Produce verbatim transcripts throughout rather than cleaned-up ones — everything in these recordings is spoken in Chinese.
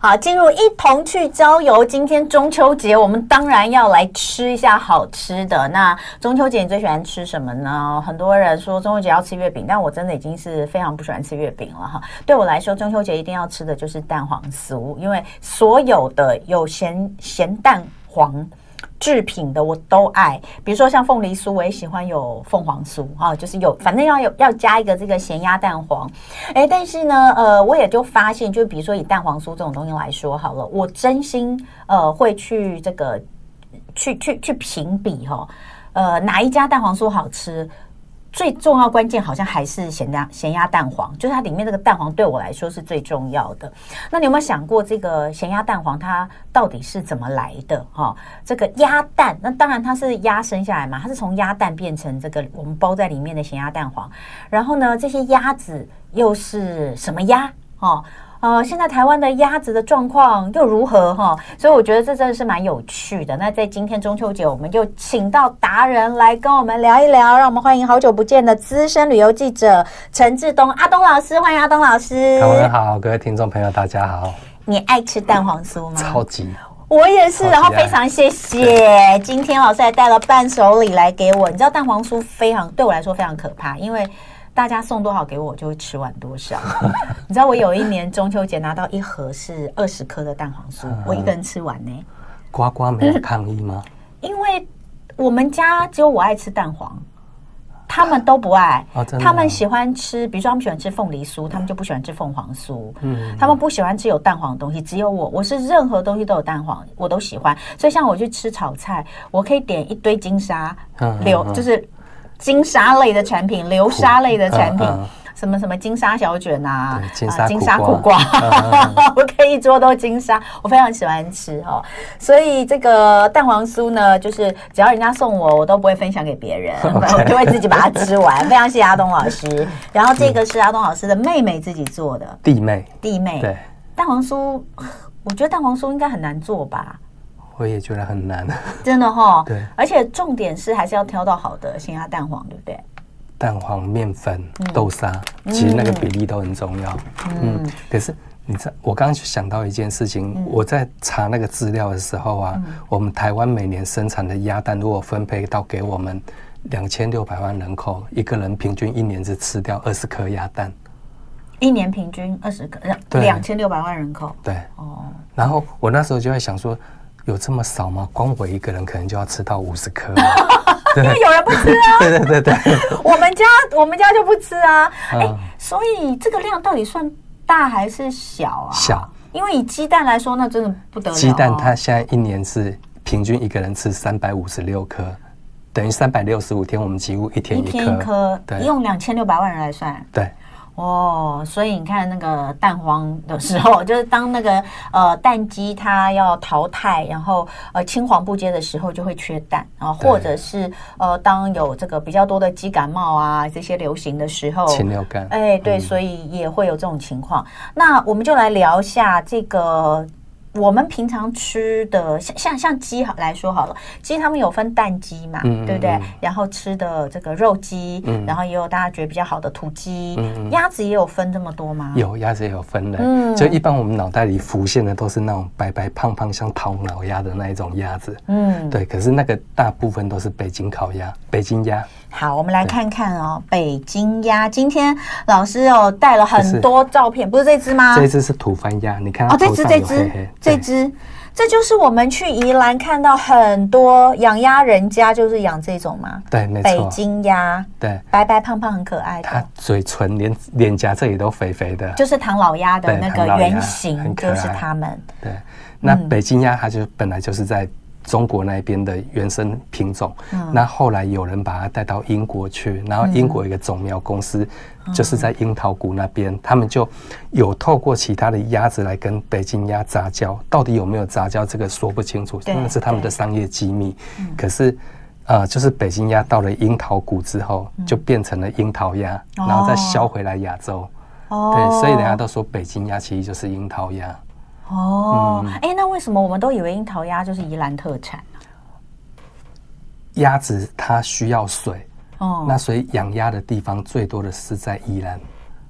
好，进入一同去郊游。今天中秋节，我们当然要来吃一下好吃的。那中秋节你最喜欢吃什么呢？很多人说中秋节要吃月饼，但我真的已经是非常不喜欢吃月饼了哈。对我来说，中秋节一定要吃的就是蛋黄酥，因为所有的有咸咸蛋黄制品的我都爱，比如说像凤梨酥，我也喜欢有凤凰酥啊，就是有反正要有要加一个这个咸鸭蛋黄。哎，但是呢，呃，我也就发现，就比如说以蛋黄酥这种东西来说好了，我真心呃会去这个去去去评比哈、哦，呃哪一家蛋黄酥好吃。最重要关键好像还是咸鸭咸鸭蛋黄，就是它里面这个蛋黄对我来说是最重要的。那你有没有想过这个咸鸭蛋黄它到底是怎么来的哈、哦？这个鸭蛋，那当然它是鸭生下来嘛，它是从鸭蛋变成这个我们包在里面的咸鸭蛋黄。然后呢，这些鸭子又是什么鸭哦？呃，现在台湾的鸭子的状况又如何哈？所以我觉得这真的是蛮有趣的。那在今天中秋节，我们就请到达人来跟我们聊一聊，让我们欢迎好久不见的资深旅游记者陈志东阿东老师，欢迎阿东老师。 台湾好，各位听众朋友，大家好。 你爱吃蛋黄酥吗？ 超级。 我也是，然后非常谢谢今天老师还带了伴手礼来给我。你知道蛋黄酥非常对我来说非常可怕，因为大家送多少给我，我就会吃完多少。你知道我有一年中秋节拿到一盒是二十颗的蛋黄酥，我一个人吃完呢。 呱呱没有抗议吗？ 因为我们家只有我爱吃蛋黄，他们都不爱。 哦，真的啊？ 他们喜欢吃，比如说他们喜欢吃凤梨酥，他们就不喜欢吃凤凰酥。嗯，他们不喜欢吃有蛋黄的东西，只有我，我是任何东西都有蛋黄，我都喜欢。所以像我去吃炒菜，我可以点一堆金沙，流、嗯、就是。金沙类的产品，流沙类的产品，嗯嗯、什么什么金沙小卷啊， 金沙、 呃、金沙苦瓜，嗯、我可以一桌都金沙，我非常喜欢吃哦。所以这个蛋黄酥呢，就是只要人家送我，我都不会分享给别人， okay. 我就会自己把它吃完。非常谢谢阿东老师。然后这个是阿东老师的妹妹自己做的， 弟妹， 弟妹。 对， 蛋黄酥，我觉得蛋黄酥应该很难做吧。 我也觉得很难， 真的哈、哦。 对， 而且重点是还是要挑到好的咸鸭蛋黄，对不对？ 蛋黄、面粉、嗯、豆沙，其实那个比例都很重要。嗯，嗯可是你知道，我刚刚就想到一件事情，嗯、我在查那个资料的时候啊，嗯、我们台湾每年生产的鸭蛋，如果分配到给我们两千六百万人口，一个人平均一年是吃掉二十颗鸭蛋。 一年平均二十颗，两千六百万人口。 对，哦。然后我那时候就在想说。有这么少吗？光我一个人可能就要吃到五十颗， 因为有人不吃啊。 对对对对， 我们家我们家就不吃啊。哎、嗯欸，所以这个量到底算大还是小啊？ 小， 因为以鸡蛋来说，那真的不得了、哦。 鸡蛋它现在一年是平均一个人吃三百五十六颗，等于三百六十五天，我们几乎一天一颗。 一天一颗，对，用两千六百万人来算， 对。 哦，所以你看那个蛋黄的时候，就是当那个呃蛋鸡它要淘汰，然后呃青黄不接的时候，就会缺蛋啊，或者是呃当有这个比较多的鸡感冒啊这些流行的时候， 禽流感， 哎，对，嗯、所以也会有这种情况。那我们就来聊一下这个。我们平常吃的像像像鸡来说好了，鸡他们有分蛋鸡嘛，嗯、对不对？然后吃的这个肉鸡，嗯、然后也有大家觉得比较好的土鸡，嗯、鸭子也有分这么多吗？ 有，鸭子也有分的。嗯，就一般我们脑袋里浮现的都是那种白白胖胖像桃脑鸭的那一种鸭子，嗯，对。可是那个大部分都是北京烤鸭、北京鸭。 好，我们来看看哦，北京鸭。今天老师哦带了很多照片，不是这只吗？ 这只是土番鸭，你看它头上有黑黑。哦，这只这只这只，这就是我们去宜兰看到很多养鸭人家就是养这种嘛。 对，没错。 北京鸭， 对， 白白胖胖很可爱的。 它嘴唇连脸颊这里都肥肥的， 就是唐老鸭的那个原型，就是它们。 对，那北京鸭它就本来就是在中国那边的原生品种，嗯、那后来有人把它带到英国去，然后英国有一个种苗公司，嗯、就是在樱桃谷那边，他们就有透过其他的鸭子来跟北京鸭杂交，到底有没有杂交这个说不清楚，那是他们的商业机密。可是，呃，就是北京鸭到了樱桃谷之后，嗯、就变成了樱桃鸭，嗯、然后再销回来亚洲。哦，对，所以人家都说北京鸭其实就是樱桃鸭。 哦，哎、嗯，那为什么我们都以为樱桃鸭就是宜兰特产呢？ 鸭子它需要水，哦，那所以养鸭的地方最多的是在宜兰。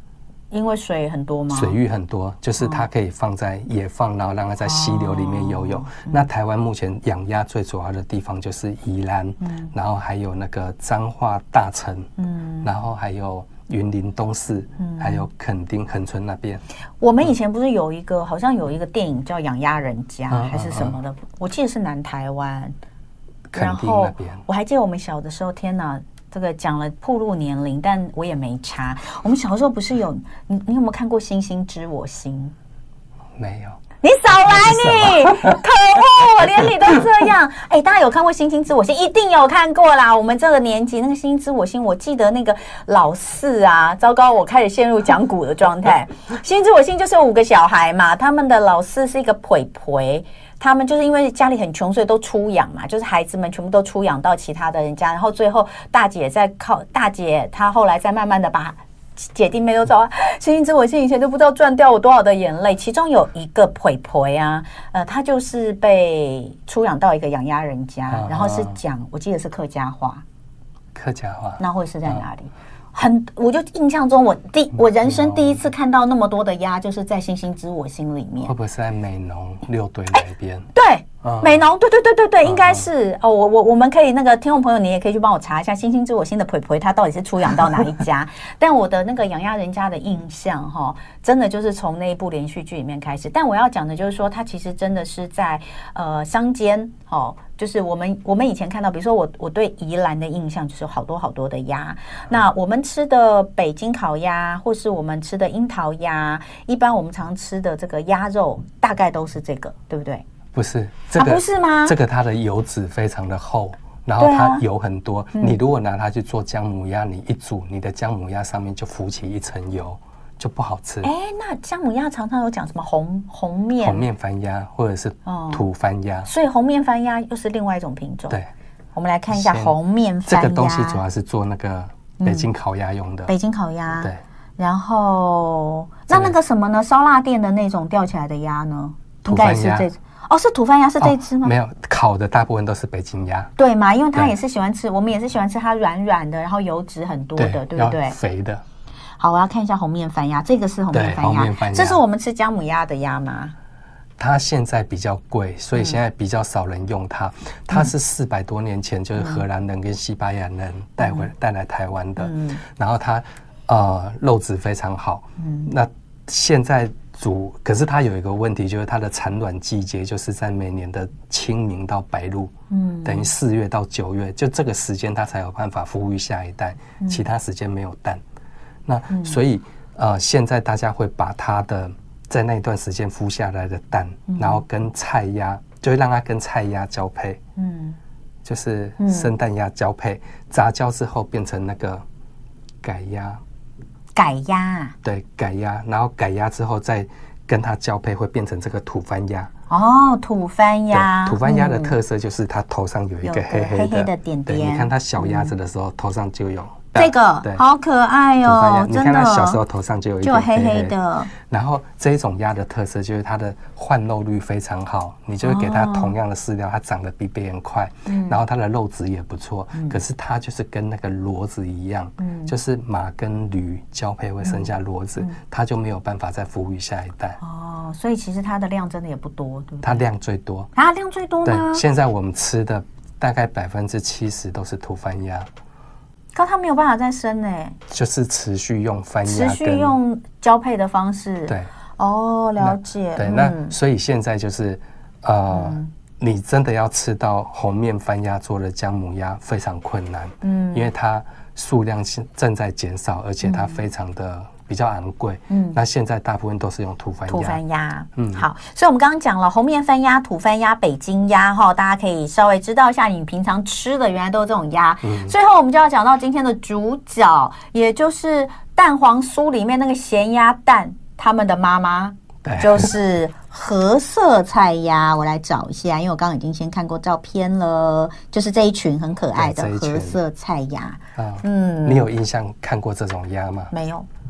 因为水很多吗？ 水域很多，就是它可以放在野放，然后让它在溪流里面游泳。哦嗯、那台湾目前养鸭最主要的地方就是宜兰，嗯、然后还有那个彰化大城，嗯、然后还有云林东势，嗯、还有垦丁恒春那边。 我们以前不是有一个，嗯、好像有一个电影叫《养鸭人家》，嗯、还是什么的，嗯、我记得是南台湾。 垦丁那边， 我还记得我们小的时候，天哪！这个讲了暴露年龄，但我也没差。我们小时候不是有你？你有没有看过《星星知我心》？ 没有。 你少来你！可恶，我连你都这样。哎、欸，大家有看过《星星知我心》？一定有看过啦。我们这个年纪，那个《星星知我心》，我记得那个老四啊，糟糕，我开始陷入讲古的状态。《星星知我心》就是有五个小孩嘛，他们的老四是一个婆婆。他们就是因为家里很穷，所以都出养嘛，就是孩子们全部都出养到其他的人家，然后最后大姐再靠大姐，她后来再慢慢的把姐弟妹都找，星星知我心以前都不知道赚掉我多少的眼泪。其中有一个婆婆呀，呃，她就是被出养到一个养鸭人家，啊、然后是讲，我记得是客家话， 客家话， 那会是在哪里？啊很，我就印象中我第我人生第一次看到那么多的鸭，就是在《星星知我心》里面。 会不会是在美浓六堆那边？ 欸、对。嗯、美浓，对对对对对，应该是、嗯、哦。我我我们可以那个听众朋友，你也可以去帮我查一下《星星知我心》的婆婆，她到底是出养到哪一家？但我的那个养鸭人家的印象哈、哦，真的就是从那一部连续剧里面开始。但我要讲的就是说，它其实真的是在呃乡间哦，就是我们我们以前看到，比如说我我对宜兰的印象就是好多好多的鸭。那我们吃的北京烤鸭，或是我们吃的樱桃鸭，一般我们常吃的这个鸭肉，大概都是这个，对不对？ 不是，这个、 啊、不是吗？ 这个它的油脂非常的厚，然后它油很多。啊嗯、你如果拿它去做姜母鸭，你一煮，你的姜母鸭上面就浮起一层油，就不好吃。 哎，那姜母鸭常常有讲什么红红面红面番鸭，或者是土番鸭、哦， 所以红面番鸭又是另外一种品种。 对， 我们来看一下红面番鸭。 这个东西主要是做那个北京烤鸭用的。 嗯、北京烤鸭。 对。 然后那那个什么呢？烧腊店的那种吊起来的鸭呢？ 土番鸭。 哦，是土番鸭，是这一只吗、 哦？没有，烤的大部分都是北京鸭。 对嘛，因为他也是喜欢吃，我们也是喜欢吃它软软的，然后油脂很多的， 对, 对不对？ 肥的。 好，我要看一下红面番鸭，这个是红面番鸭，番鸭这是我们吃姜母鸭的鸭吗？ 它现在比较贵，所以现在比较少人用它。嗯、它是四百多年前就是荷兰人跟西班牙人带回、嗯、带来台湾的，嗯、然后它呃肉质非常好。嗯，那现在。煮，可是它有一个问题，就是它的产卵季节就是在每年的清明到白露，嗯，等于四月到九月，就这个时间它才有办法孵育下一代，嗯、其他时间没有蛋。那、嗯、所以呃，现在大家会把它的在那一段时间孵下来的蛋，嗯、然后跟菜鸭，就会让它跟菜鸭交配，嗯，就是生蛋鸭交配，嗯、杂交之后变成那个改鸭。 改鸭， 对，改鸭，然后改鸭之后再跟它交配，会变成这个土番鸭。 哦，土番鸭， 土番鸭的特色就是它头上有一个黑黑的、 黑黑的点点。 你看它小鸭子的时候，嗯、头上就有这个，好可爱哦！ 你看它小时候头上就有一个黑黑的。 然后这一种鸭的特色就是它的换肉率非常好，你就会给它同样的饲料，它长得比别人快，嗯、然后它的肉质也不错。嗯、可是它就是跟那个骡子一样，嗯、就是马跟驴交配会生下骡子，嗯、它就没有办法再孵育下一代。 哦，所以其实它的量真的也不多，对不对？ 它量最多， 它量最多吗？ 对，现在我们吃的大概百分之七十都是土番鸭。 可它没有办法再生呢， 就是持续用番鸭， 持续用交配的方式。 对， 哦，了解。 对，嗯、那所以现在就是呃，嗯、你真的要吃到红面番鸭做的姜母鸭非常困难，嗯，因为它数量正在减少，而且它非常的。嗯比较昂贵，嗯，那现在大部分都是用土番鸭。 土番鸭，嗯，好，所以我们刚刚讲了红面番鸭、土番鸭、北京鸭，哈，大家可以稍微知道一下，你平常吃的原来都是这种鸭。嗯，最后我们就要讲到今天的主角，也就是蛋黄酥里面那个咸鸭蛋，他们的妈妈就是褐色菜鸭。我来找一下，因为我刚刚已经先看过照片了，就是这一群很可爱的褐色菜鸭。 嗯，你有印象看过这种鸭吗？ 没有。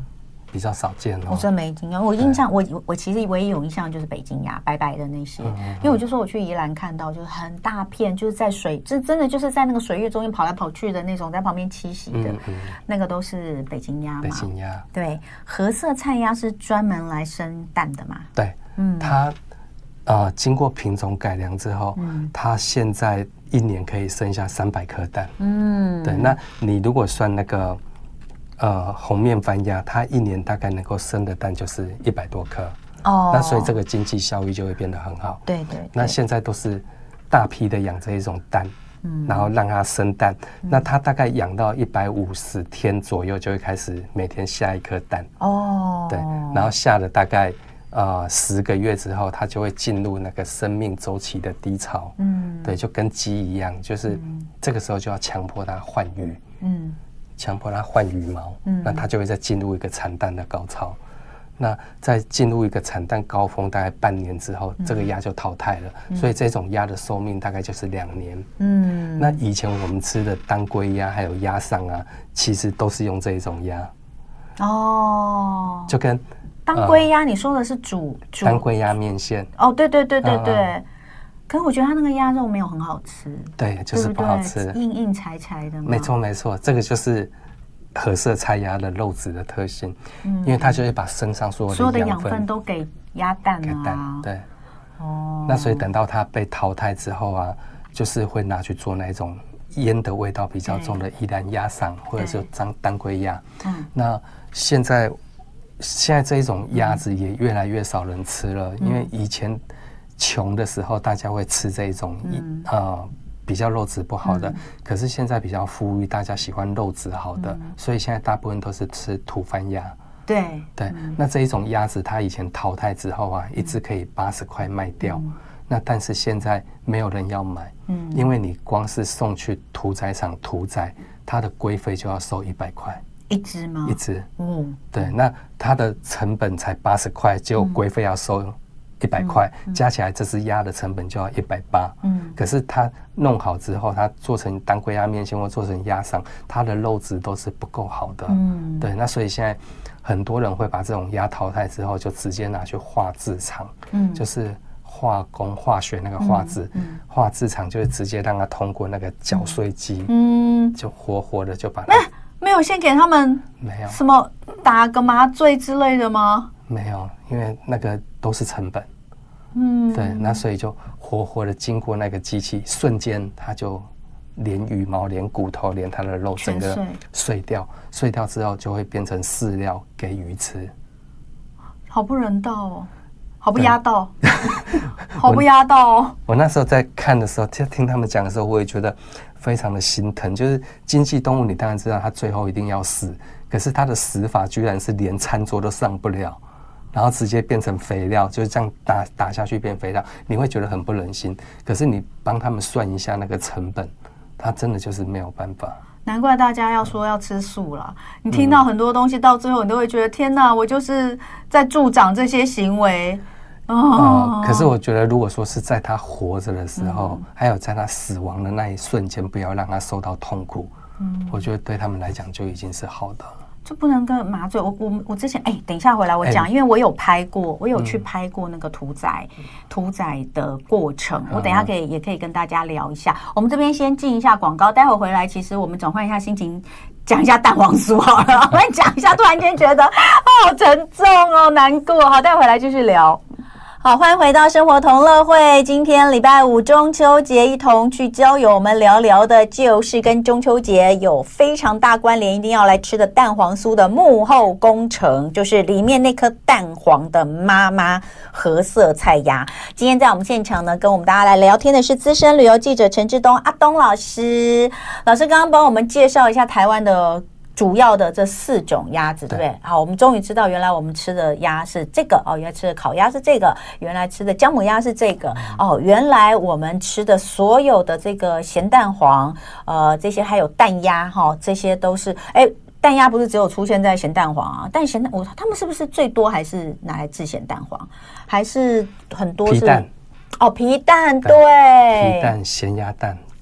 比较少见哦。 我真没经验，我印象我我其实唯一有印象就是北京鸭，白白的那些，嗯嗯嗯，因为我就说我去宜兰看到就是很大片，就是在水，这真的就是在那个水域中间跑来跑去的那种，在旁边栖息的，嗯嗯，那个都是北京鸭嘛。 北京鸭， 对，褐色菜鸭是专门来生蛋的嘛？ 对，嗯，它呃经过品种改良之后，嗯，它现在一年可以生下三百颗蛋，嗯，对，那你如果算那个。呃，红面番鸭，它一年大概能够生的蛋就是一百多颗哦，那所以这个经济效益就会变得很好。 对 对, 对。 那现在都是大批的养这一种蛋，嗯，然后让它生蛋。嗯、那它大概养到一百五十天左右，就会开始每天下一颗蛋哦。对，然后下了大概呃十个月之后，它就会进入那个生命周期的低潮。嗯，对，就跟鸡一样，就是这个时候就要强迫它换羽。嗯。强迫它换羽毛，嗯，那它就会再进入一个产蛋的高潮。那在进入一个产蛋高峰，大概半年之后，嗯、这个鸭就淘汰了。嗯、所以这种鸭的寿命大概就是两年。嗯，那以前我们吃的当归鸭还有鸭上啊，其实都是用这一种鸭。哦，就跟当归鸭，呃、你说的是煮煮当归鸭面线。 哦，对对对对对。嗯可是我觉得它那个鸭肉没有很好吃， 对，就是不好吃， 对对硬硬柴柴的嘛。 没错没错，这个就是褐色菜鸭的肉质的特性，嗯，因为它就会把身上所有的所有的养分都给鸭蛋啊，给蛋， 对，哦，那所以等到它被淘汰之后啊，就是会拿去做那种腌的味道比较重的宜兰鸭嗓，或者是当当归鸭。嗯，那现在现在这一种鸭子也越来越少人吃了，嗯、因为以前。穷的时候，大家会吃这一种、嗯、呃比较肉质不好的，嗯、可是现在比较富裕，大家喜欢肉质好的，嗯、所以现在大部分都是吃土番鸭。 对对，嗯、那这一种鸭子，它以前淘汰之后啊，一只可以八十块卖掉，嗯、那但是现在没有人要买，嗯、因为你光是送去屠宰场屠宰，它的规费就要收一百块。 一只吗？ 一只，嗯，对，那它的成本才八十块，结果规费要收一百块，加起来这只鸭的成本就要一百八。嗯，可是它弄好之后，它做成当归鸭面线或做成鸭嗓，它的肉质都是不够好的。嗯，对，那所以现在很多人会把这种鸭淘汰之后，就直接拿去化制厂。嗯，就是化工化学那个化制，嗯嗯、化制厂就是直接让它通过那个搅碎机，嗯，就活活的就把它。 没有先给他们没有什么打个麻醉之类的吗？ 没有，因为那个都是成本。嗯，对，那所以就活活的经过那个机器，瞬间它就连羽毛、连骨头、连它的肉整个碎掉，碎掉之后就会变成饲料给鱼吃。 好不人道哦，好不压道，好不压道哦。 我那时候在看的时候，听听他们讲的时候，我也觉得非常的心疼。就是经济动物，你当然知道它最后一定要死，可是它的死法居然是连餐桌都上不了。然后直接变成肥料，就是这样打打下去变肥料，你会觉得很不忍心。可是你帮他们算一下那个成本，它真的就是没有办法。 难怪大家要说要吃素了。你听到很多东西，到最后你都会觉得天哪，我就是在助长这些行为。哦、 呃，可是我觉得，如果说是在他活着的时候，嗯、还有在他死亡的那一瞬间，不要让他受到痛苦，嗯，我觉得对他们来讲就已经是好的了。 就不能跟麻醉。我我我之前哎、欸，等一下回来我讲，欸、因为我有拍过，我有去拍过那个屠宰、嗯、屠宰的过程。我等一下可以、嗯、也可以跟大家聊一下。我们这边先进一下广告，待会回来，其实我们转换一下心情，讲一下蛋黄酥好了。我们讲一下，突然间觉得好沉重哦，难过。好，待会回来继续聊。好，欢迎回到生活同乐会。今天礼拜五中秋节，一同去郊游，我们聊聊的就是跟中秋节有非常大关联，一定要来吃的蛋黄酥的幕后工程，就是里面那颗蛋黄的妈妈褐色菜鸭。今天在我们现场呢，跟我们大家来聊天的是资深旅游记者陈志东阿东老师。老师刚刚帮我们介绍一下台湾的主要的这四种鸭子，对不对？好，我们终于知道原来我们吃的鸭是这个哦，原来吃的烤鸭是这个，原来吃的姜母鸭是这个哦，原来我们吃的所有的这个咸蛋黄，呃，这些还有蛋鸭哈、哦，这些都是哎，蛋鸭不是只有出现在咸蛋黄啊？但咸蛋我他们是不是最多还是拿来制咸蛋黄，还是很多是皮蛋？ 哦，皮蛋对， 皮蛋、咸鸭蛋。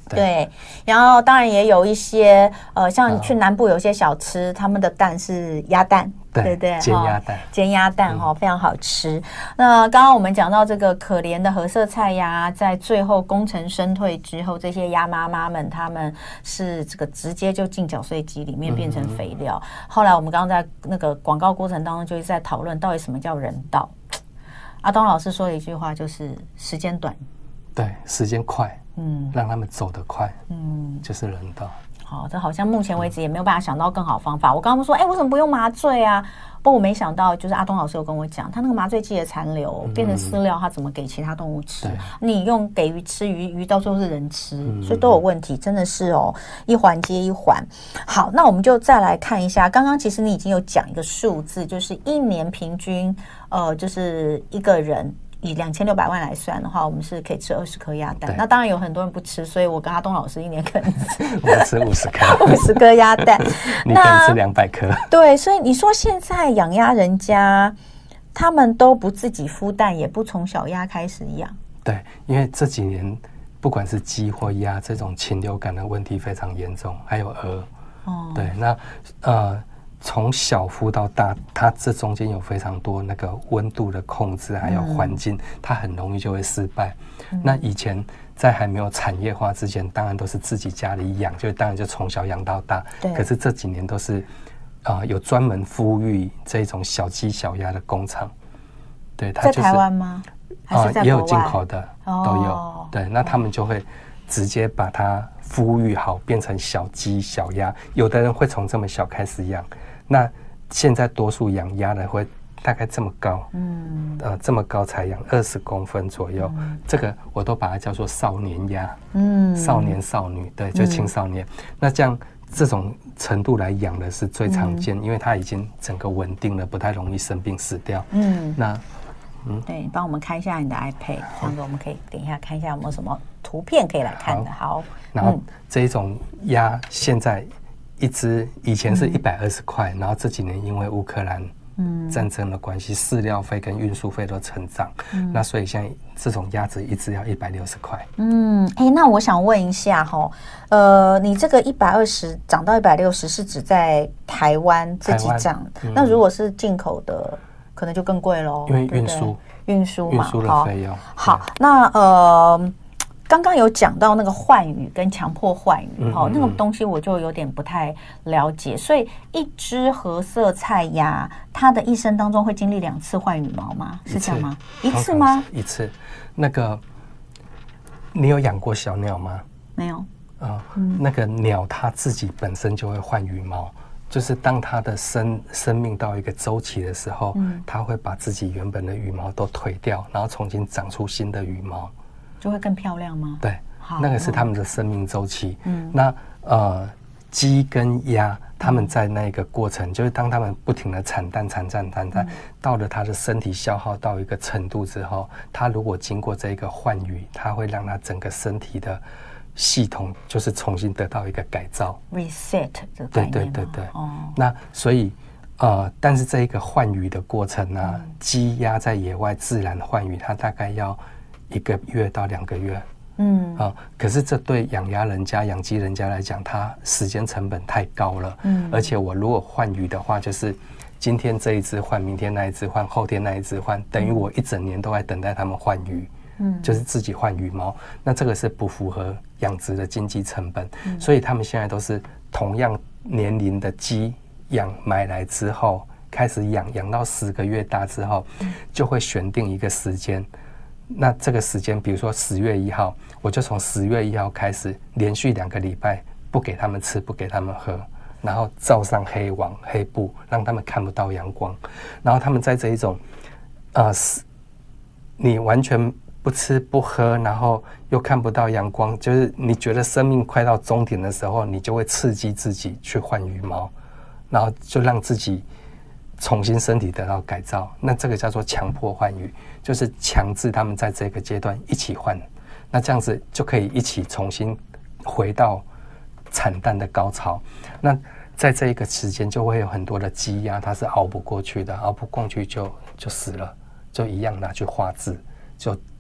对，然后当然也有一些呃，像去南部有一些小吃，他们的蛋是鸭蛋， 对对对， 煎鸭蛋， 煎鸭蛋哈、嗯，非常好吃。那刚刚我们讲到这个可怜的褐色菜鸭，在最后功成身退之后，这些鸭妈妈们他们是这个直接就进搅碎机里面变成肥料。嗯、后来我们刚刚在那个广告过程当中就一直在讨论，到底什么叫人道？阿东老师说了一句话，就是时间短， 对，时间快。 嗯， 让他们走得快，嗯，就是人道。 好，这好像目前为止也没有办法想到更好的方法。我刚刚说，哎、欸，为什么不用麻醉啊？不过我没想到，就是阿东老师有跟我讲，他那个麻醉剂的残留、嗯、变成饲料，他怎么给其他动物吃？你用给鱼吃，鱼鱼到最后是人吃、嗯，所以都有问题，真的是哦，一环接一环。好，那我们就再来看一下，刚刚其实你已经有讲一个数字，就是一年平均，呃，就是一个人。以两千六百万来算的话，我们是可以吃二十颗鸭蛋。那当然有很多人不吃，所以我跟阿东老师一年可能我吃五十颗， 五十颗鸭蛋， 你可能吃两百颗。 对，所以你说现在养鸭人家，他们都不自己孵蛋，也不从小鸭开始养。 对，因为这几年不管是鸡或鸭，这种禽流感的问题非常严重，还有鹅。哦，对，那呃。从小孵到大，它这中间有非常多那个温度的控制，还有环境，它很容易就会失败。嗯、那以前在还没有产业化之前，当然都是自己家里养，就当然就从小养到大。可是这几年都是啊、呃，有专门孵育这种小鸡小鸭的工厂。对，它就是、 在台湾吗？还是在国外？ 呃、也有进口的，哦、都有。对，那他们就会直接把它孵育好，变成小鸡小鸭。有的人会从这么小开始养。那现在多数养鸭的会大概这么高，嗯，呃，这么高才养二十公分左右，嗯，这个我都把它叫做少年鸭，嗯，少年少女，对，就青少年。嗯、那这样这种程度来养的是最常见，嗯、因为它已经整个稳定了，不太容易生病死掉。嗯，那嗯，对，帮我们看一下你的 iPad， 这样子我们可以等一下看一下有没有什么图片可以来看的。好，好然后这一种鸭现在。一只以前是一百二十块，然后这几年因为乌克兰战争的关系，饲料费跟运输费都成长，嗯、那所以现在这种鸭子一只要一百六十块。 嗯，哎、欸，那我想问一下哈，呃，你这个一百二十涨到一百六十是指在台湾自己涨、嗯，那如果是进口的，可能就更贵喽， 因为运输运输嘛， 运输的费用。 好，那呃。刚刚有讲到那个换羽跟强迫换羽，嗯嗯嗯那个东西我就有点不太了解。所以一只褐色菜鸭，它的一生当中会经历两次换羽毛吗？是这样吗？一次吗？ 一次。那个，你有养过小鸟吗？ 没有。 呃、嗯，那个鸟它自己本身就会换羽毛，就是当它的生生命到一个周期的时候，嗯，它会把自己原本的羽毛都退掉，然后重新长出新的羽毛。 就会更漂亮吗？ 对，那个是他们的生命周期。嗯，那呃，鸡跟鸭，他们在那个过程，嗯、就是当他们不停的产蛋、产蛋、产蛋，嗯、到了它的身体消耗到一个程度之后，它如果经过这个换羽，它会让它整个身体的系统就是重新得到一个改造 ，reset 这个概念。 对对对对。哦，那所以。呃，但是这一个换羽的过程呢、啊，鸡鸭在野外自然换羽，它大概要一个月到两个月，嗯啊、呃，可是这对养鸭人家、养鸡人家来讲，它时间成本太高了，嗯，而且我如果换羽的话，就是今天这一只换，明天那一只换，后天那一只换，等于我一整年都在等待他们换羽，嗯，就是自己换羽毛，那这个是不符合养殖的经济成本，嗯、所以他们现在都是同样年龄的鸡。养买来之后，开始养，养到十个月大之后，嗯、就会选定一个时间。那这个时间，比如说十月一号，我就从十月一号开始，连续两个礼拜不给他们吃，不给他们喝，然后罩上黑网、黑布，让他们看不到阳光。然后他们在这一种，呃，你完全不吃不喝，然后又看不到阳光，就是你觉得生命快到终点的时候，你就会刺激自己去换羽毛。然后就让自己重新身体得到改造，那这个叫做强迫换羽，就是强制他们在这个阶段一起换，那这样子就可以一起重新回到产蛋的高潮。那在这一个时间就会有很多的鸡鸭，它是熬不过去的，熬不过去就就死了，就一样拿去化制，就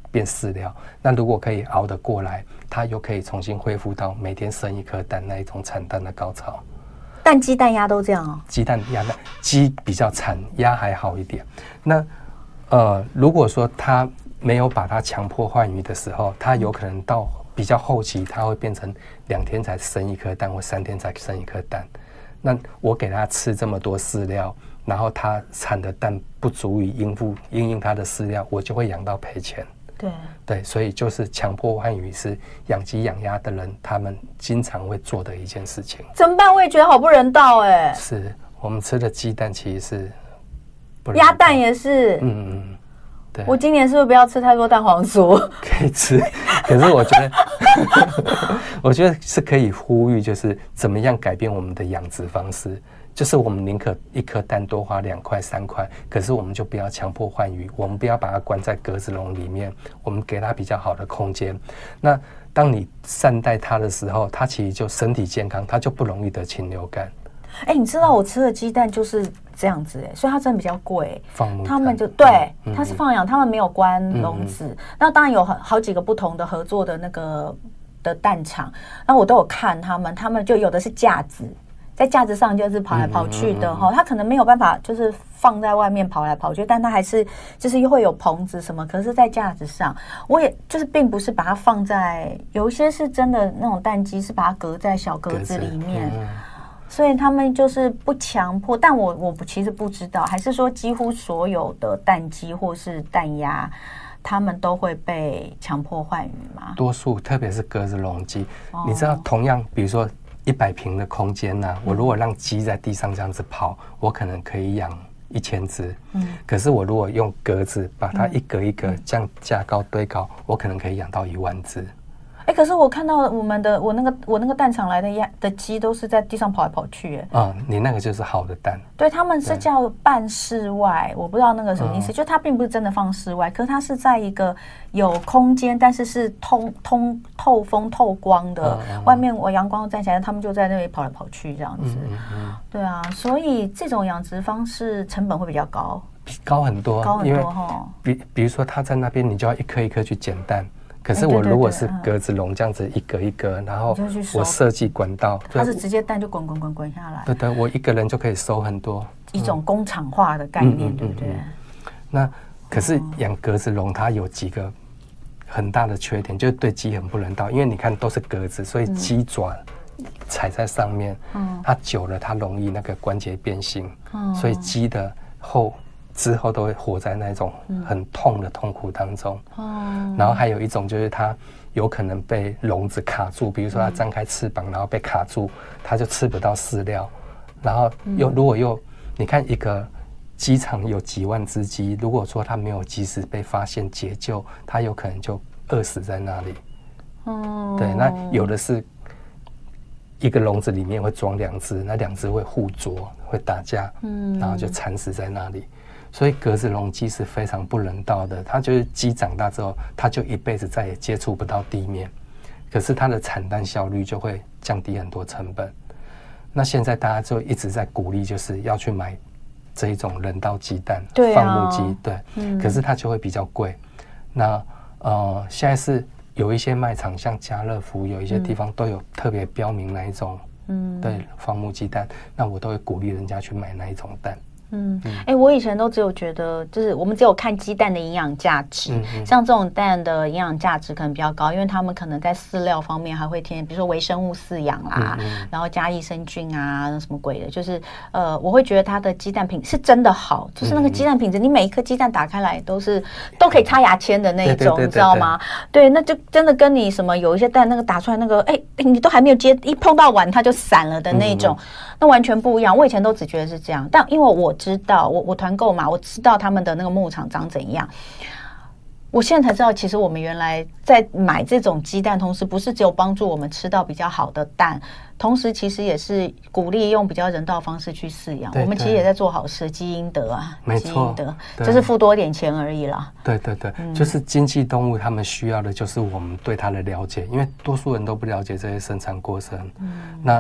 变饲料。那如果可以熬得过来，它又可以重新恢复到每天生一颗蛋那一种产蛋的高潮。 蛋鸡蛋鸭都这样哦？ 鸡蛋鸭蛋鸡比较惨，鸭还好一点。那呃，如果说它没有把它强迫换羽的时候，它有可能到比较后期，它会变成两天才生一颗蛋，或三天才生一颗蛋。那我给它吃这么多饲料，然后它产的蛋不足以应付因应它的饲料，我就会养到赔钱。 对对，所以就是强迫换羽是养鸡养鸭的人他们经常会做的一件事情。 怎么办？我也觉得好不人道哎。 是我们吃的鸡蛋其实是不人道， 鸭蛋也是。 嗯嗯，对。 我今年是不是不要吃太多蛋黄酥？ 可以吃，可是我觉得，我觉得是可以呼吁，就是怎么样改变我们的养殖方式。就是我们宁可一颗蛋多花两块三块，可是我们就不要强迫换羽，我们不要把它关在格子笼里面，我们给它比较好的空间。那当你善待它的时候，它其实就身体健康，它就不容易得禽流感。 哎、欸，你知道我吃的鸡蛋就是这样子哎、欸，所以它真的比较贵。 放牧， 他们就对， 嗯、 它是放养，他们没有关笼子。嗯嗯那当然有好几个不同的合作的那个的蛋场，然后我都有看他们，他们就有的是架子。在架子上就是跑来跑去的哈，它可能没有办法就是放在外面跑来跑去，但它还是就是又会有棚子什么，可是在架子上，我也就是并不是把它放在，有一些是真的那种蛋鸡是把它隔在小格子里面，嗯、所以他们就是不强迫，但我我其实不知道，还是说几乎所有的蛋鸡或是蛋鸭。他们都会被强迫换羽吗？多数，特别是格子笼鸡，哦、你知道，同样，比如说一百平的空间呢、啊，嗯、我如果让鸡在地上这样子跑，我可能可以养一千只。嗯，可是我如果用格子把它一格一格这样架高堆高，嗯、我可能可以养到一万只。 哎、欸，可是我看到我们的我那个我那个蛋场来的鸭的鸡都是在地上跑来跑去，哎， 啊、嗯，你那个就是好的蛋， 对，他们是叫半室外，我不知道那个什么意思，嗯、就它并不是真的放室外，可是它是在一个有空间，但是是通通透风透光的，嗯嗯、外面我阳光站起来，他们就在那里跑来跑去这样子，嗯嗯嗯对啊，所以这种养殖方式成本会比较高， 高很多， 高很多哈， 比比如说它在那边，你就要一颗一颗去捡蛋。可是我如果是格子笼这样子一格一格，然后我设计管道， 它是直接蛋就滚滚滚滚下来。 对对，我一个人就可以收很多， 一种工厂化的概念，对不对？ 那可是养格子笼它有几个很大的缺点，就是对鸡很不人道，因为你看都是格子，所以鸡爪踩在上面，它久了它容易那个关节变形，所以鸡的后。之后都会活在那种很痛的痛苦当中，嗯、然后还有一种就是它有可能被笼子卡住，比如说它张开翅膀，然后被卡住，它就吃不到饲料，然后又如果又你看一个鸡场有几万只鸡，如果说它没有及时被发现解救，它有可能就饿死在那里。嗯，对，那有的是一个笼子里面会装两只，那两只会互啄，会打架，嗯，然后就惨死在那里。所以格子笼鸡是非常不人道的，它就是鸡长大之后，它就一辈子再也接触不到地面，可是它的产蛋效率就会降低很多成本。那现在大家就一直在鼓励，就是要去买这一种人道鸡蛋， 对啊、 放牧鸡，对，嗯、可是它就会比较贵。那呃，现在是有一些卖场，像家乐福，有一些地方都有特别标明那一种，嗯，对，放牧鸡蛋，那我都会鼓励人家去买那一种蛋。 嗯，哎、欸，我以前都只有觉得，就是我们只有看鸡蛋的营养价值，嗯嗯像这种蛋的营养价值可能比较高，因为他们可能在饲料方面还会添，比如说微生物饲养啦，嗯嗯然后加益生菌啊，什么鬼的，就是呃，我会觉得它的鸡蛋品是真的好，就是那个鸡蛋品质，嗯嗯你每一颗鸡蛋打开来都是都可以擦牙签的那一种，你知道吗？对，那就真的跟你什么有一些蛋那个打出来那个，哎、欸，你都还没有接，一碰到碗它就散了的那种，嗯嗯那完全不一样。我以前都只觉得是这样，但因为我知道我我团购嘛，我知道他们的那个牧场长怎样。我现在才知道，其实我们原来在买这种鸡蛋，同时不是只有帮助我们吃到比较好的蛋，同时其实也是鼓励用比较人道的方式去饲养。我们其实也在做好事，积阴德啊， 没错， 积阴德就是付多点钱而已啦。 对对对，嗯、就是经济动物，他们需要的就是我们对它的了解，因为多数人都不了解这些生产过程。嗯、那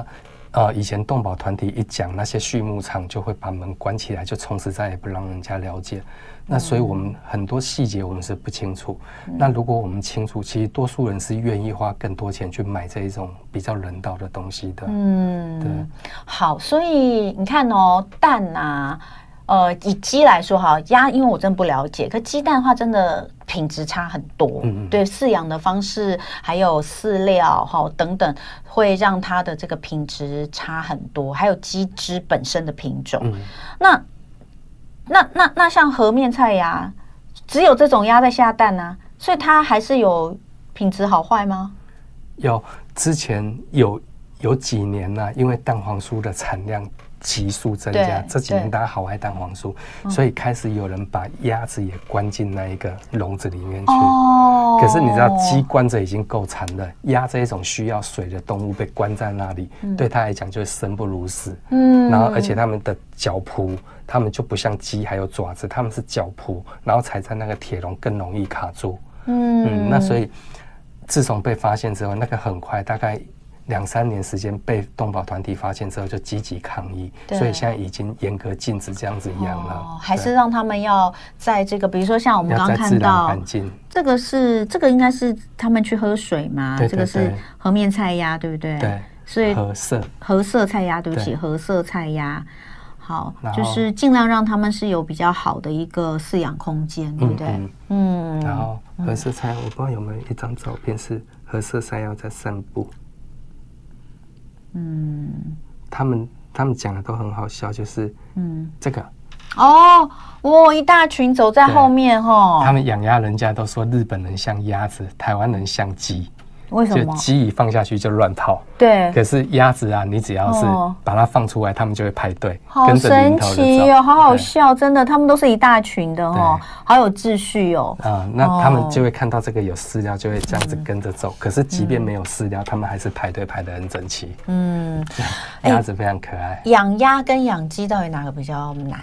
呃，以前动保团体一讲那些畜牧场就会把门关起来，就从此再也不让人家了解。那所以我们很多细节我们是不清楚。嗯、那如果我们清楚，其实多数人是愿意花更多钱去买这一种比较人道的东西的。嗯，对。 好，所以你看哦，蛋啊。呃，以鸡来说哈，鸭因为我真的不了解，可鸡蛋的话真的品质差很多，嗯、对饲养的方式还有饲料哈等等，会让它的这个品质差很多，还有鸡只本身的品种。嗯、那那那那像和面菜鸭，只有这种鸭在下蛋啊，所以它还是有品质好坏吗？ 有，之前有有几年呢、啊，因为蛋黄酥的产量急速增加，这几年大家好爱蛋黄酥，所以开始有人把鸭子也关进那一个笼子里面去。哦，可是你知道鸡关着已经够惨了，鸭这一种需要水的动物被关在那里，嗯、对它来讲就是生不如死。嗯，然后而且它们的脚蹼，它们就不像鸡还有爪子，它们是脚蹼，然后踩在那个铁笼更容易卡住。嗯, 嗯，那所以自从被发现之后，那个很快大概两三年时间被动保团体发现之后就积极抗议，所以现在已经严格禁止这样子养了。 哦，还是让他们要在这个，比如说像我们刚刚看到这个是这个应该是他们去喝水嘛？ 对对对， 这个是和面菜鸭，对不对？ 对， 所以和色和色菜鸭，对不起，和色菜鸭。好，就是尽量让他们是有比较好的一个饲养空间，对不对？嗯。 嗯然后和色菜，我不知道有没有一张照片是和色菜鸭在散步。嗯，他们他们讲的都很好笑，就是嗯，这个哦，哇，一大群走在后面哈。 他们养鸭，人家都说日本人像鸭子，台湾人像鸡。 为什么？ 就鸡一放下去就乱跑。 对。 可是鸭子啊，你只要是把它放出来，他们就会排队， 跟着领头的走。好神奇哦，好好笑，真的，他们都是一大群的哦，好有秩序哦。 啊、嗯，那他们就会看到这个有饲料，就会这样子跟着走。嗯、可是即便没有饲料，他们还是排队排得很整齐。嗯，鸭子非常可爱。 养鸭跟养鸡到底哪个比较难？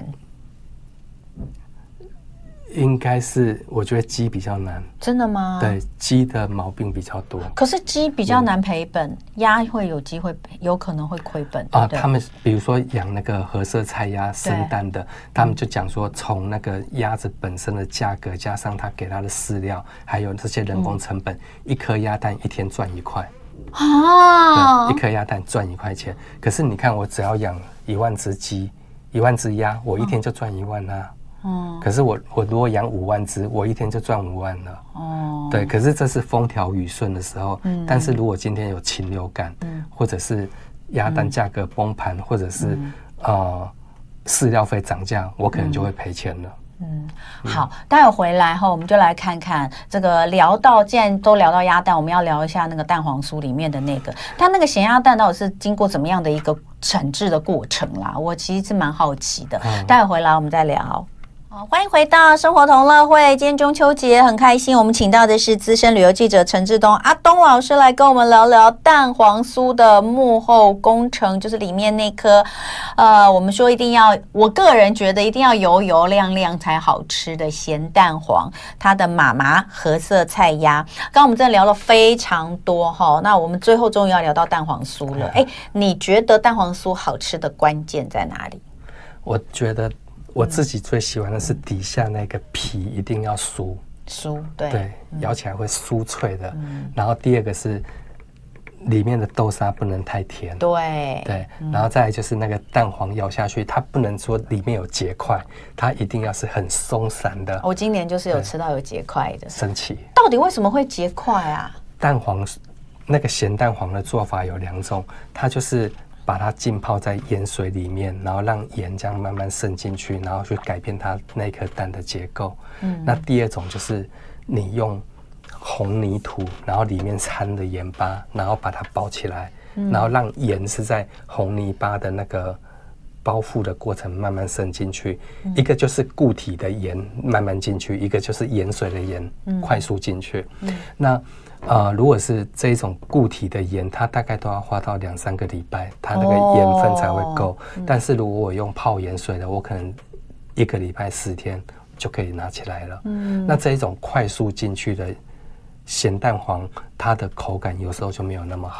应该是，我觉得鸡比较难。 真的吗？ 对，鸡的毛病比较多。 可是鸡比较难赔本，嗯、鸭会有机会有可能会亏本啊。他们比如说养那个和色菜鸭生蛋的，他们就讲说，从那个鸭子本身的价格，加上他给它的饲料，还有这些人工成本，嗯、一颗鸭蛋一天赚一块啊，对，一颗鸭蛋赚一块钱。可是你看，我只要养一万只鸡，一万只鸭，我一天就赚一万啊。哦，可是我我如果养五万只，我一天就赚五万了。哦，对，可是这是风调雨顺的时候。嗯，但是如果今天有禽流感，嗯，或者是鸭蛋价格崩盘，嗯、或者是、嗯、呃饲料费涨价，我可能就会赔钱了。 嗯，好，待会回来后我们就来看看这个。聊到既然都聊到鸭蛋，我们要聊一下那个蛋黄酥里面的那个，它那个咸鸭蛋到底是经过怎么样的一个产制的过程啦？我其实是蛮好奇的。嗯、待会回来我们再聊。欢迎回到生活同乐会。今天中秋节很开心，我们请到的是资深旅游记者陈志东阿东老师来跟我们聊聊蛋黄酥的幕后工程，就是里面那颗呃，我们说一定要，我个人觉得一定要油油亮亮才好吃的咸蛋黄，它的妈妈和色菜鸭。刚刚我们真的聊了非常多哈，那我们最后终于要聊到蛋黄酥了。哎，你觉得蛋黄酥好吃的关键在哪里？ 我觉得我自己最喜欢的是底下那个皮一定要酥酥，对对，嗯、咬起来会酥脆的。嗯、然后第二个是里面的豆沙不能太甜， 对对。嗯、然后再来就是那个蛋黄咬下去，它不能说里面有结块，它一定要是很松散的。 我今年就是有吃到有结块的， 神奇。 到底为什么会结块啊？ 蛋黄那个咸蛋黄的做法有两种，它就是把它浸泡在盐水里面，然后让盐这样慢慢渗进去，然后去改变它那颗蛋的结构。嗯，那第二种就是你用红泥土，然后里面掺了盐巴，然后把它包起来，嗯、然后让盐是在红泥巴的那个包覆的过程慢慢渗进去。嗯、一个就是固体的盐慢慢进去，一个就是盐水的盐、嗯、快速进去。嗯、那呃，如果是这一种固体的盐，它大概都要花到两三个礼拜，它那个盐分才会够。哦嗯、但是如果我用泡盐水的，我可能一个礼拜四天就可以拿起来了。嗯，那这一种快速进去的咸蛋黄，它的口感有时候就没有那么好。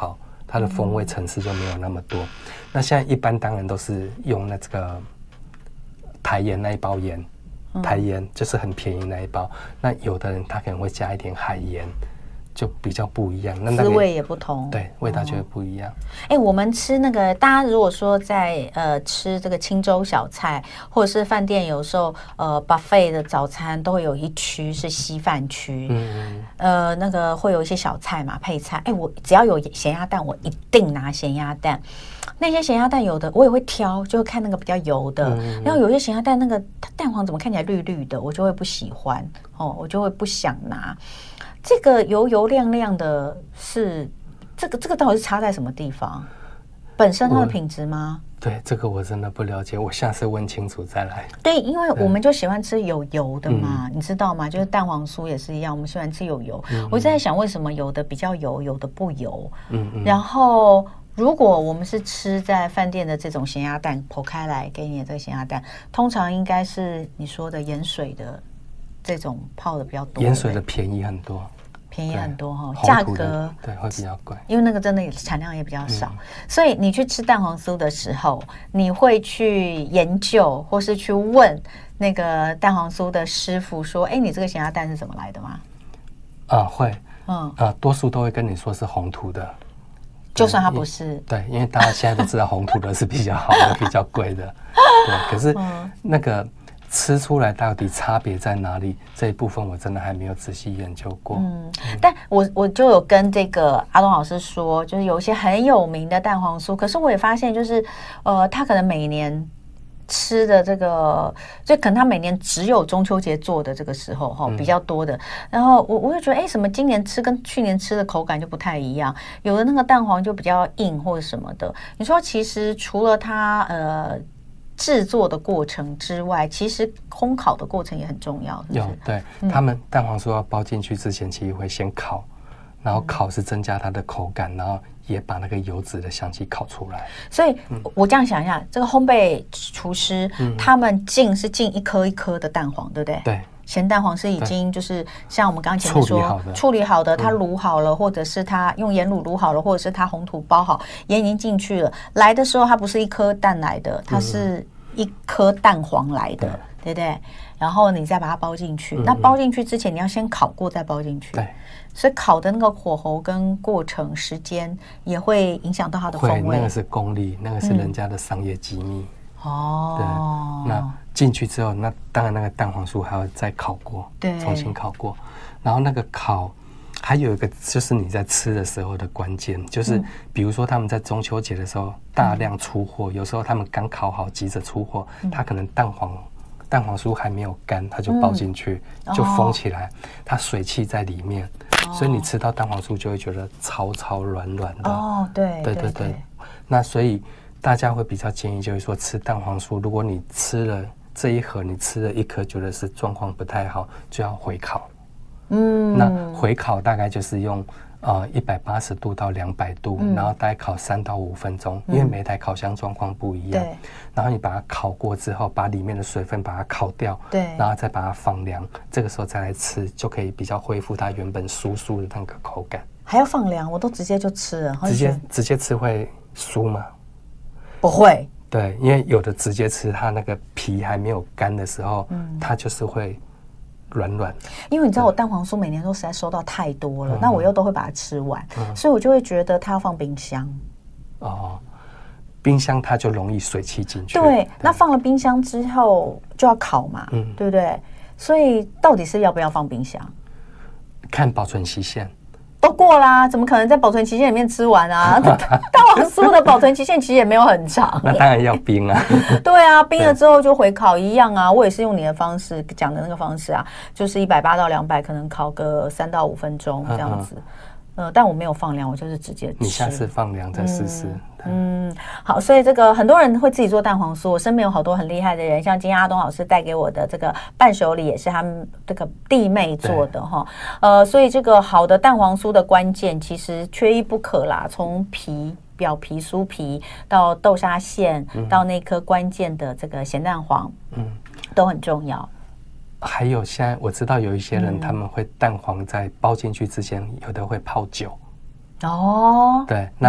它的风味层次就没有那么多。嗯、那现在一般当然都是用那这个台盐那一包盐，嗯、台盐就是很便宜那一包。那有的人他可能会加一点海盐。就比较不一样，那滋味也不同， 对，味道就会不一样。 哎、哦欸，我们吃那个，大家如果说在呃吃这个清粥小菜，或者是饭店有时候呃 buffet 的早餐都会有一区是稀饭区，嗯，呃，那个会有一些小菜嘛配菜。哎、欸，我只要有咸鸭蛋，我一定拿咸鸭蛋。那些咸鸭蛋有的我也会挑，就会看那个比较油的，嗯、然后有些咸鸭蛋那个蛋黄怎么看起来绿绿的，我就会不喜欢哦，我就会不想拿。这个油油亮亮的是这个这个到底是差在什么地方？本身它的品质吗？ 对，这个我真的不了解，我下次问清楚再来。 对，因为我们就喜欢吃有油的嘛，你知道吗？就是蛋黄酥也是一样，我们喜欢吃有油。嗯、我一直在想，为什么有的比较油，有的不油？嗯嗯。然后，如果我们是吃在饭店的这种咸鸭蛋，剖开来给你的这个咸鸭蛋，通常应该是你说的盐水的这种泡的比较多， 盐水的便宜很多。 便宜很多哈，价格对会比较贵， 因为那个真的产量也比较少，嗯、所以你去吃蛋黄酥的时候，你会去研究或是去问那个蛋黄酥的师傅说：“哎，你这个咸鸭蛋是怎么来的吗？” 啊，会，嗯啊，多数都会跟你说是红土的， 就算它不是， 对，因为大家现在都知道红土的是比较好的、比较贵的，对，可是那个。吃出来到底差别在哪里？这一部分我真的还没有仔细研究过。嗯， 但我我就有跟这个阿东老师说，就是有一些很有名的蛋黄酥，可是我也发现，就是呃，他可能每年吃的这个，就可能他每年只有中秋节做的这个时候哈、嗯、比较多的。然后我我就觉得，哎，什么今年吃跟去年吃的口感就不太一样，有的那个蛋黄就比较硬或者什么的。你说其实除了它呃。制作的过程之外，其实烘烤的过程也很重要。是不是？ 有，对、嗯、他们蛋黄酥要包进去之前，其实会先烤，然后烤是增加它的口感，然后也把那个油脂的香气烤出来。 所以，嗯、我这样想一下，这个烘焙厨师、嗯、他们进是进一颗一颗的蛋黄，对不对？ 对。 咸蛋黄是已经就是像我们刚刚前面说处理好的，处理好的它卤好了、嗯、或者是它用盐卤卤好了，或者是它红土包好，盐已经进去了。来的时候它不是一颗蛋来的，它是一颗蛋黄来的、嗯、对不对？然后你再把它包进去、嗯、那包进去之前你要先烤过再包进去。 对， 所以烤的那个火候跟过程时间也会影响到它的风味。 会，那个是功力，那个是人家的商业机密、 嗯、哦。 对，那进去之后，那当然那个蛋黄酥还要再烤过， 对， 重新烤过。然后那个烤还有一个就是你在吃的时候的关键，就是比如说他们在中秋节的时候大量出货、嗯、有时候他们刚烤好急着出货、嗯、他可能蛋黄蛋黄酥还没有干，他就包进去、嗯、就封起来、哦、它水汽在里面、哦、所以你吃到蛋黄酥就会觉得超超软软的。 哦，对对对 对, 对, 对。那所以大家会比较建议就是说吃蛋黄酥，如果你吃了这一盒，你吃了一颗觉得是状况不太好，就要回烤。嗯，那回烤大概就是用呃一百八十度到两百度、嗯、然后大概烤三到五分钟、嗯、因为每台烤箱状况不一样。对。然后你把它烤过之后，把里面的水分把它烤掉，对，然后再把它放凉，这个时候再来吃，就可以比较恢复它原本酥酥的那个口感。 还要放凉？我都直接就吃了。 直接直接吃会酥吗？ 不会。 对，因为有的直接吃，它那个皮还没有干的时候，嗯、它就是会软软。 因为你知道我蛋黄酥每年都实在收到太多了，那、嗯、我又都会把它吃完、嗯，所以我就会觉得它要放冰箱。 哦，冰箱它就容易水汽进去。 对，对，那放了冰箱之后就要烤嘛，嗯，对不对？所以到底是要不要放冰箱？ 看保存期限。 都过啦，怎么可能在保存期限里面吃完啊？蛋黄酥的保存期限其实也没有很长。 那当然要冰啊。 对啊，冰了之后就回烤一样啊。我也是用你的方式讲的那个方式啊，就是一百八到两百，可能烤个三到五分钟这样子。嗯呃，但我没有放凉，我就是直接吃。 你下次放凉再试试。 嗯，好，所以这个很多人会自己做蛋黄酥，我身边有好多很厉害的人，像今天阿东老师带给我的这个伴手礼也是他们这个弟妹做的哈。呃，所以这个好的蛋黄酥的关键其实缺一不可啦，从皮。表皮、酥皮到豆沙馅、嗯，到那颗关键的这个咸蛋黄，嗯，都很重要。 还有现在我知道有一些人他们会蛋黄在包进去之前，有的会泡酒。 哦， 对，那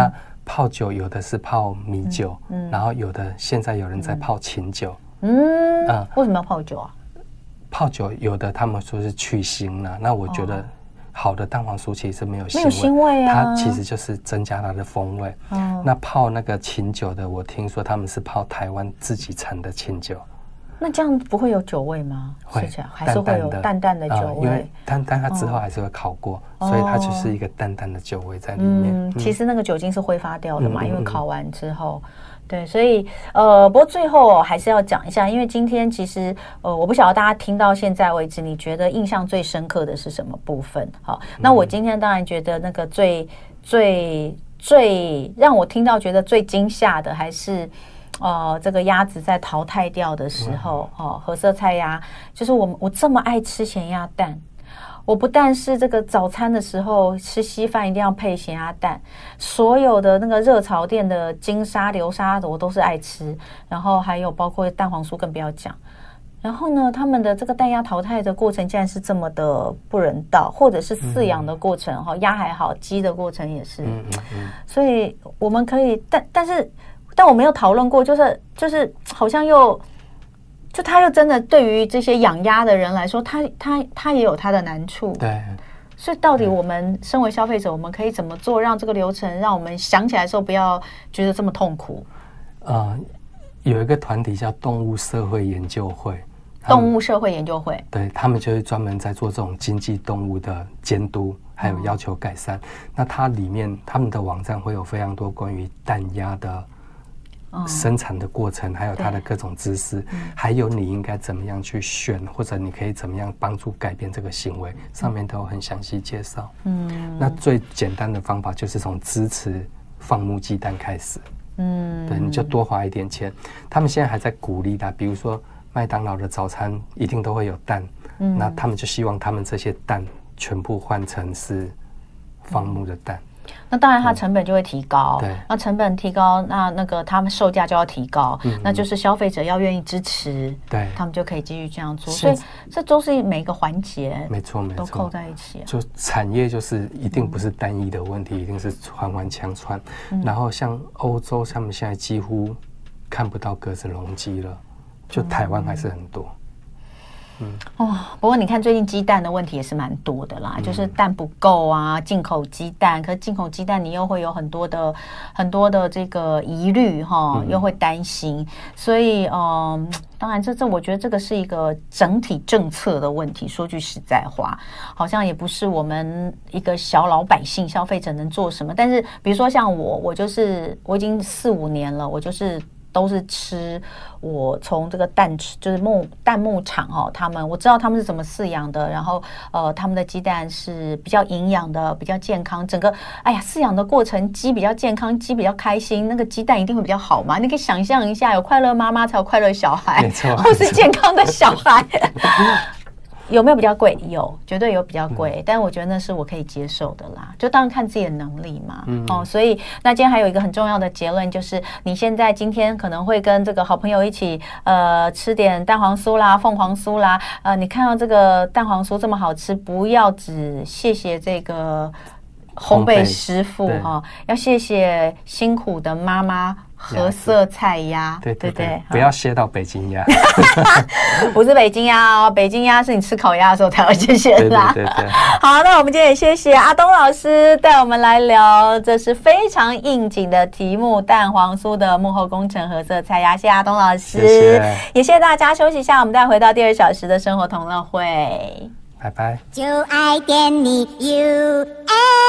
泡酒有的是泡米酒，嗯嗯、然后有的现在有人在泡琴酒。 嗯，嗯为什么要泡酒啊？ 泡酒有的他们说是去腥啦，那我觉得好的蛋黄酥其实没有腥味，没有腥味啊， 它其实就是增加它的风味。哦、那泡那个琴酒的，我听说他们是泡台湾自己产的琴酒。 那这样不会有酒味吗？ 会， 还是会有淡淡的酒味。呃、 因为但但它之后还是会烤过，哦、所以它就是一个淡淡的酒味在里面。 嗯，嗯其实那个酒精是挥发掉的嘛，嗯、因为烤完之后。对，所以呃，不过最后还是要讲一下，因为今天其实呃，我不晓得大家听到现在为止，你觉得印象最深刻的是什么部分？好，那我今天当然觉得那个最最最让我听到觉得最惊吓的还是。呃，这个鸭子在淘汰掉的时候，哦，褐色菜鸭，就是我我这么爱吃咸鸭蛋，我不但是这个早餐的时候吃稀饭一定要配咸鸭蛋，所有的那个热炒店的金沙、流沙的我都是爱吃，然后还有包括蛋黄酥更不要讲。然后呢，他们的这个蛋鸭淘汰的过程竟然是这么的不人道，或者是饲养的过程哈，鸭还好，鸡的过程也是，所以我们可以，但但是。但我没有讨论过，就是就是好像又就他又真的对于这些养鸭的人来说，他他他也有他的难处。 对， 所以到底我们身为消费者，我们可以怎么做，让这个流程让我们想起来的时候不要觉得这么痛苦？ 呃，有一个团体叫动物社会研究会， 动物社会研究会， 对他们就是专门在做这种经济动物的监督，还有要求改善。哦、那它里面他们的网站会有非常多关于蛋鸭的。生产的过程，还有它的各种知识，嗯、还有你应该怎么样去选，或者你可以怎么样帮助改变这个行为，上面都有很详细介绍。嗯，那最简单的方法就是从支持放牧鸡蛋开始。嗯，对，你就多花一点钱。他们现在还在鼓励的，比如说麦当劳的早餐一定都会有蛋，嗯、那他们就希望他们这些蛋全部换成是放牧的蛋。 那当然它成本就会提高，对，那成本提高，那那个他们售价就要提高，嗯、那就是消费者要愿意支持，对，他们就可以继续这样做。所以这都是每个环节， 没错没错， 都扣在一起。 就产业就是一定不是单一的问题，嗯、一定是环环相串。嗯、然后像欧洲，他们现在几乎看不到鸽子笼鸡了，就台湾还是很多。嗯哦，不过你看最近鸡蛋的问题也是蛮多的啦，嗯、就是蛋不够啊，进口鸡蛋，可是进口鸡蛋你又会有很多的很多的这个疑虑哈，嗯、又会担心，所以嗯，当然这这我觉得这个是一个整体政策的问题。说句实在话，好像也不是我们一个小老百姓消费者能做什么。但是比如说像我，我就是我已经四五年了，我就是。都是吃我从这个蛋就是牧蛋牧场哦，他们我知道他们是怎么饲养的，然后呃他们的鸡蛋是比较营养的，比较健康。整个哎呀饲养的过程，鸡比较健康，鸡比较开心，那个鸡蛋一定会比较好嘛。你可以想象一下，有快乐妈妈才有快乐小孩， 没错， 或是健康的小孩。有没有比较贵？有，绝对有比较贵，嗯、但我觉得那是我可以接受的啦。就当然看自己的能力嘛。嗯、哦，所以那今天还有一个很重要的结论，就是你现在今天可能会跟这个好朋友一起呃吃点蛋黄酥啦、凤凰酥啦。呃，你看到这个蛋黄酥这么好吃，不要只谢谢这个烘焙师傅哈、哦，要谢谢辛苦的妈妈。褐色菜鸭， 对对 对, 对，不要谢到北京鸭， 不是北京鸭哦，北京鸭是你吃烤鸭的时候才要谢谢的啦。 对对 对, 对。 好，那我们今天也谢谢阿东老师带我们来聊，这是非常应景的题目——蛋黄酥的幕后工程褐色菜鸭。谢谢阿东老师， 谢谢， 也谢谢大家。休息一下，我们再回到第二小时的生活同乐会。 拜拜。 就爱点你 U F